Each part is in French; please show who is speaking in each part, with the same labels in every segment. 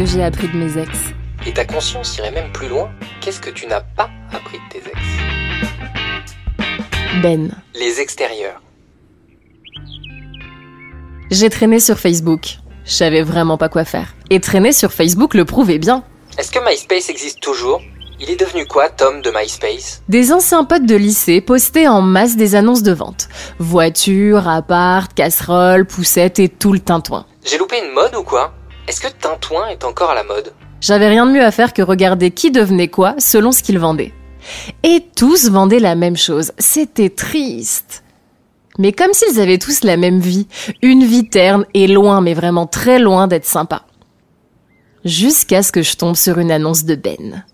Speaker 1: que j'ai appris de mes ex.
Speaker 2: Et ta conscience irait même plus loin. Qu'est-ce que tu n'as pas appris de tes ex?
Speaker 1: Ben.
Speaker 2: Les extérieurs.
Speaker 1: J'ai traîné sur Facebook. Je savais vraiment pas quoi faire. Et traîner sur Facebook le prouvait bien.
Speaker 2: Est-ce que MySpace existe toujours? Il est devenu quoi, Tom, de MySpace?
Speaker 1: Des anciens potes de lycée postaient en masse des annonces de vente. Voitures, appart, casseroles, poussettes et tout le tintouin.
Speaker 2: J'ai loupé une mode ou quoi? Est-ce que tintouin est encore à la mode?
Speaker 1: J'avais rien de mieux à faire que regarder qui devenait quoi selon ce qu'ils vendaient. Et tous vendaient la même chose. C'était triste. Mais comme s'ils avaient tous la même vie. Une vie terne et loin, mais vraiment très loin d'être sympa. Jusqu'à ce que je tombe sur une annonce de Ben.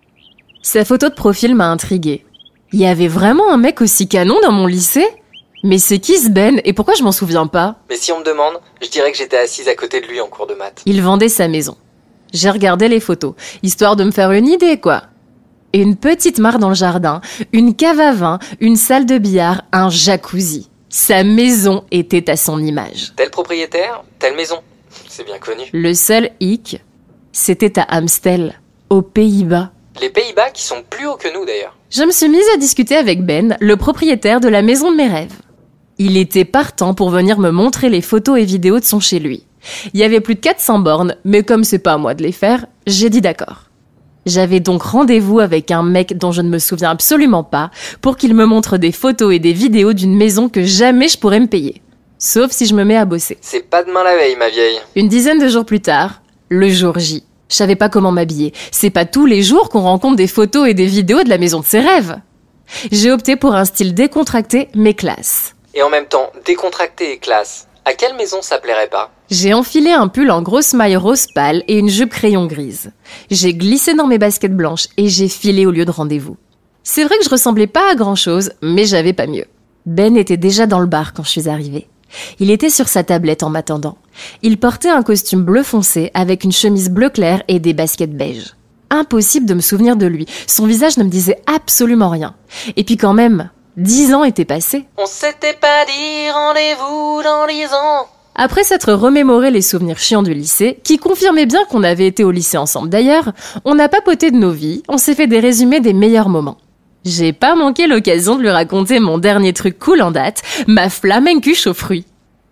Speaker 1: Sa photo de profil m'a intriguée. Il y avait vraiment un mec aussi canon dans mon lycée? Mais c'est qui ce Ben et pourquoi je m'en souviens pas?
Speaker 2: Mais si on me demande, je dirais que j'étais assise à côté de lui en cours de maths.
Speaker 1: Il vendait sa maison. J'ai regardé les photos, histoire de me faire une idée, quoi. Une petite mare dans le jardin, une cave à vin, une salle de billard, un jacuzzi. Sa maison était à son image.
Speaker 2: Tel propriétaire, telle maison. C'est bien connu.
Speaker 1: Le seul hic, c'était à Amstel, aux Pays-Bas.
Speaker 2: Les Pays-Bas qui sont plus hauts que nous d'ailleurs.
Speaker 1: Je me suis mise à discuter avec Ben, le propriétaire de la maison de mes rêves. Il était partant pour venir me montrer les photos et vidéos de son chez lui. Il y avait plus de 400 bornes, mais comme c'est pas à moi de les faire, j'ai dit d'accord. J'avais donc rendez-vous avec un mec dont je ne me souviens absolument pas pour qu'il me montre des photos et des vidéos d'une maison que jamais je pourrais me payer. Sauf si je me mets à bosser.
Speaker 2: C'est pas demain la veille, ma vieille.
Speaker 1: Une dizaine de jours plus tard, le jour J. Je savais pas comment m'habiller. C'est pas tous les jours qu'on rencontre des photos et des vidéos de la maison de ses rêves. J'ai opté pour un style décontracté mais classe.
Speaker 2: Et en même temps, décontracté et classe. À quelle maison ça plairait pas?
Speaker 1: J'ai enfilé un pull en grosse maille rose pâle et une jupe crayon grise. J'ai glissé dans mes baskets blanches et j'ai filé au lieu de rendez-vous. C'est vrai que je ressemblais pas à grand-chose, mais j'avais pas mieux. Ben était déjà dans le bar quand je suis arrivée. Il était sur sa tablette en m'attendant. Il portait un costume bleu foncé avec une chemise bleu clair et des baskets beige. Impossible de me souvenir de lui. Son visage ne me disait absolument rien. Et puis quand même, 10 ans étaient passés.
Speaker 2: On s'était pas dit rendez-vous dans 10 ans.
Speaker 1: Après s'être remémoré les souvenirs chiants du lycée, qui confirmaient bien qu'on avait été au lycée ensemble d'ailleurs, on a papoté de nos vies, on s'est fait des résumés des meilleurs moments. J'ai pas manqué l'occasion de lui raconter mon dernier truc cool en date, ma flamencuche aux fruits.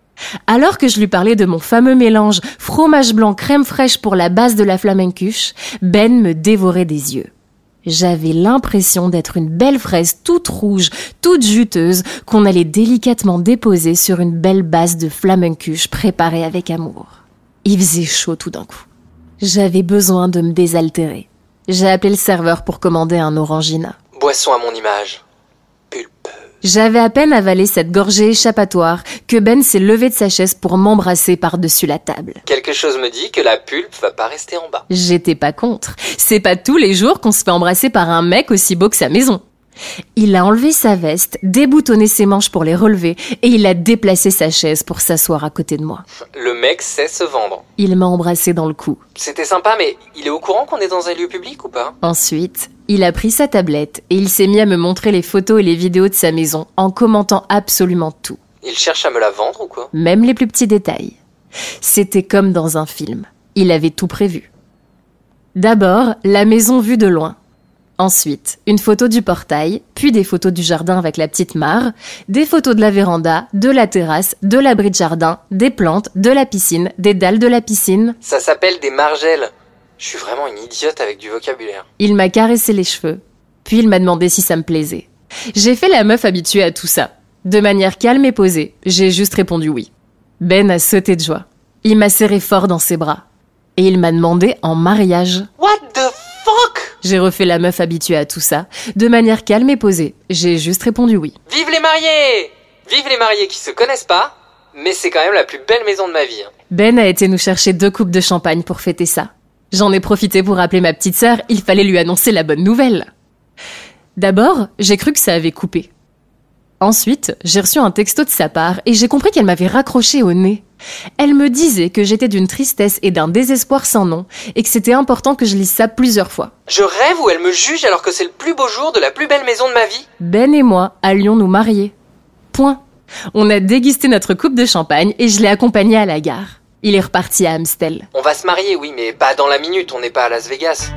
Speaker 1: Alors que je lui parlais de mon fameux mélange fromage blanc crème fraîche pour la base de la flamencuche, Ben me dévorait des yeux. J'avais l'impression d'être une belle fraise toute rouge, toute juteuse, qu'on allait délicatement déposer sur une belle base de flamencuche préparée avec amour. Il faisait chaud tout d'un coup. J'avais besoin de me désaltérer. J'ai appelé le serveur pour commander un Orangina.
Speaker 2: Boisson à mon image. Pulpe.
Speaker 1: J'avais à peine avalé cette gorgée échappatoire que Ben s'est levé de sa chaise pour m'embrasser par-dessus la table.
Speaker 2: Quelque chose me dit que la pulpe va pas rester en bas.
Speaker 1: J'étais pas contre. C'est pas tous les jours qu'on se fait embrasser par un mec aussi beau que sa maison. Il a enlevé sa veste, déboutonné ses manches pour les relever et il a déplacé sa chaise pour s'asseoir à côté de moi.
Speaker 2: Le mec sait se vendre.
Speaker 1: Il m'a embrassé dans le cou.
Speaker 2: C'était sympa, mais il est au courant qu'on est dans un lieu public ou pas?
Speaker 1: Ensuite, il a pris sa tablette et il s'est mis à me montrer les photos et les vidéos de sa maison en commentant absolument tout.
Speaker 2: Il cherche à me la vendre ou quoi?
Speaker 1: Même les plus petits détails. C'était comme dans un film. Il avait tout prévu. D'abord, la maison vue de loin. Ensuite, une photo du portail, puis des photos du jardin avec la petite mare, des photos de la véranda, de la terrasse, de l'abri de jardin, des plantes, de la piscine, des dalles de la piscine.
Speaker 2: Ça s'appelle des margelles. Je suis vraiment une idiote avec du vocabulaire.
Speaker 1: Il m'a caressé les cheveux, puis il m'a demandé si ça me plaisait. J'ai fait la meuf habituée à tout ça. De manière calme et posée, j'ai juste répondu oui. Ben a sauté de joie. Il m'a serré fort dans ses bras. Et il m'a demandé en mariage.
Speaker 2: What the fuck?
Speaker 1: J'ai refait la meuf habituée à tout ça, de manière calme et posée. J'ai juste répondu oui.
Speaker 2: Vive les mariés! Vive les mariés qui se connaissent pas, mais c'est quand même la plus belle maison de ma vie.
Speaker 1: Ben a été nous chercher 2 coupes de champagne pour fêter ça. J'en ai profité pour appeler ma petite sœur, il fallait lui annoncer la bonne nouvelle. D'abord, j'ai cru que ça avait coupé. Ensuite, j'ai reçu un texto de sa part et j'ai compris qu'elle m'avait raccroché au nez. Elle me disait que j'étais d'une tristesse et d'un désespoir sans nom et que c'était important que je lise ça plusieurs fois.
Speaker 2: Je rêve où elle me juge alors que c'est le plus beau jour de la plus belle maison de ma vie.
Speaker 1: Ben et moi allions nous marier. Point. On a dégusté notre coupe de champagne et je l'ai accompagnée à la gare. Il est reparti à Amstel.
Speaker 2: On va se marier, oui, mais pas dans la minute, on n'est pas à Las Vegas.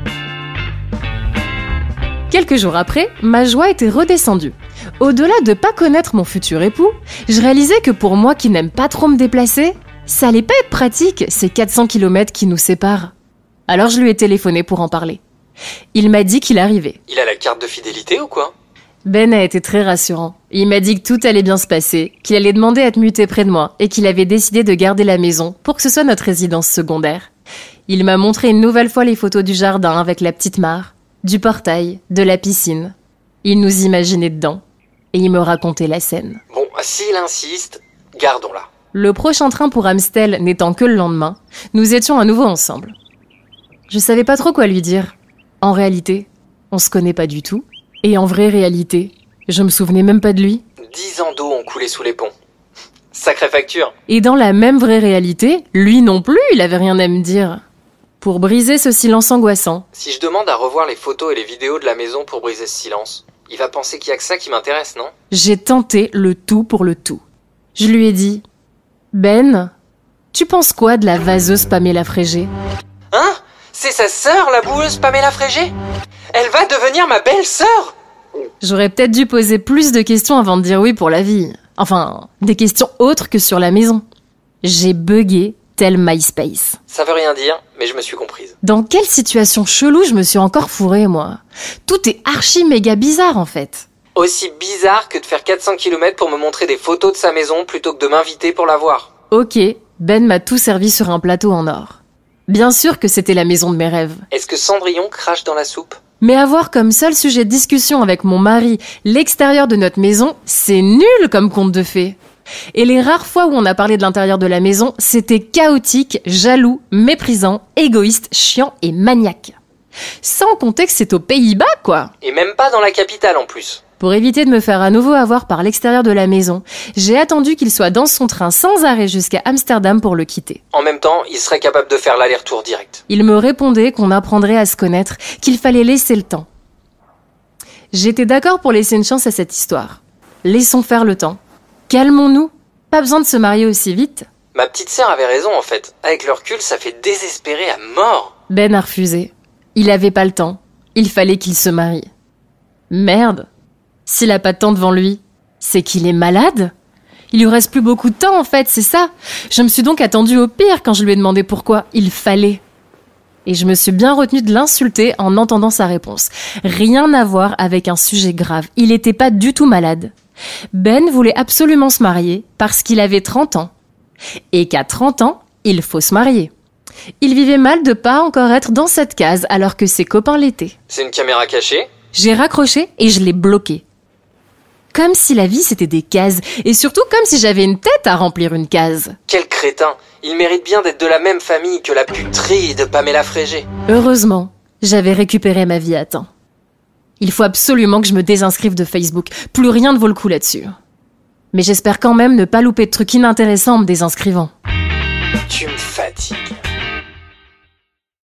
Speaker 1: Quelques jours après, ma joie était redescendue. Au-delà de pas connaître mon futur époux, je réalisais que pour moi qui n'aime pas trop me déplacer, ça allait pas être pratique, ces 400 km qui nous séparent. Alors je lui ai téléphoné pour en parler. Il m'a dit qu'il arrivait.
Speaker 2: Il a la carte de fidélité ou quoi?
Speaker 1: Ben a été très rassurant. Il m'a dit que tout allait bien se passer, qu'il allait demander à être muté près de moi et qu'il avait décidé de garder la maison pour que ce soit notre résidence secondaire. Il m'a montré une nouvelle fois les photos du jardin avec la petite mare, du portail, de la piscine. Il nous imaginait dedans et il me racontait la scène.
Speaker 2: Bon, s'il insiste, gardons-la.
Speaker 1: Le prochain train pour Amstel n'étant que le lendemain, nous étions à nouveau ensemble. Je savais pas trop quoi lui dire. En réalité, on se connaît pas du tout. Et en vraie réalité, je me souvenais même pas de lui.
Speaker 2: 10 ans d'eau ont coulé sous les ponts. Sacrée facture.
Speaker 1: Et dans la même vraie réalité, lui non plus, il avait rien à me dire. Pour briser ce silence angoissant.
Speaker 2: Si je demande à revoir les photos et les vidéos de la maison pour briser ce silence, il va penser qu'il y a que ça qui m'intéresse, non?
Speaker 1: J'ai tenté le tout pour le tout. Je lui ai dit, Ben, tu penses quoi de la vaseuse Pamela Frégé?
Speaker 2: Hein? C'est sa sœur, la boueuse Pamela Frégé? Elle va devenir ma belle-sœur?
Speaker 1: J'aurais peut-être dû poser plus de questions avant de dire oui pour la vie. Enfin, des questions autres que sur la maison. J'ai bugué tel MySpace.
Speaker 2: Ça veut rien dire, mais je me suis comprise.
Speaker 1: Dans quelle situation chelou je me suis encore fourrée, moi? Tout est archi méga bizarre, en fait.
Speaker 2: Aussi bizarre que de faire 400 km pour me montrer des photos de sa maison plutôt que de m'inviter pour la voir.
Speaker 1: Ok, Ben m'a tout servi sur un plateau en or. Bien sûr que c'était la maison de mes rêves.
Speaker 2: Est-ce que Cendrillon crache dans la soupe?
Speaker 1: Mais avoir comme seul sujet de discussion avec mon mari l'extérieur de notre maison, c'est nul comme conte de fées. Et les rares fois où on a parlé de l'intérieur de la maison, c'était chaotique, jaloux, méprisant, égoïste, chiant et maniaque. Sans compter que c'est aux Pays-Bas, quoi.
Speaker 2: Et même pas dans la capitale en plus.
Speaker 1: Pour éviter de me faire à nouveau avoir par l'extérieur de la maison, j'ai attendu qu'il soit dans son train sans arrêt jusqu'à Amsterdam pour le quitter.
Speaker 2: En même temps, il serait capable de faire l'aller-retour direct.
Speaker 1: Il me répondait qu'on apprendrait à se connaître, qu'il fallait laisser le temps. J'étais d'accord pour laisser une chance à cette histoire. Laissons faire le temps. Calmons-nous. Pas besoin de se marier aussi vite.
Speaker 2: Ma petite sœur avait raison en fait. Avec le recul, ça fait désespérer à mort.
Speaker 1: Ben a refusé. Il avait pas le temps. Il fallait qu'il se marie. Merde. S'il a pas de temps devant lui, c'est qu'il est malade? Il lui reste plus beaucoup de temps en fait, c'est ça. Je me suis donc attendue au pire quand je lui ai demandé pourquoi il fallait. Et je me suis bien retenue de l'insulter en entendant sa réponse. Rien à voir avec un sujet grave. Il était pas du tout malade. Ben voulait absolument se marier parce qu'il avait 30 ans. Et qu'à 30 ans, il faut se marier. Il vivait mal de pas encore être dans cette case alors que ses copains l'étaient.
Speaker 2: C'est une caméra cachée?
Speaker 1: J'ai raccroché et je l'ai bloqué. Comme si la vie c'était des cases, et surtout comme si j'avais une tête à remplir une case.
Speaker 2: Quel crétin! Il mérite bien d'être de la même famille que la puterie de Pamela Frégé.
Speaker 1: Heureusement, j'avais récupéré ma vie à temps. Il faut absolument que je me désinscrive de Facebook. Plus rien ne vaut le coup là-dessus. Mais j'espère quand même ne pas louper de trucs inintéressants en me désinscrivant.
Speaker 2: Tu me fatigues.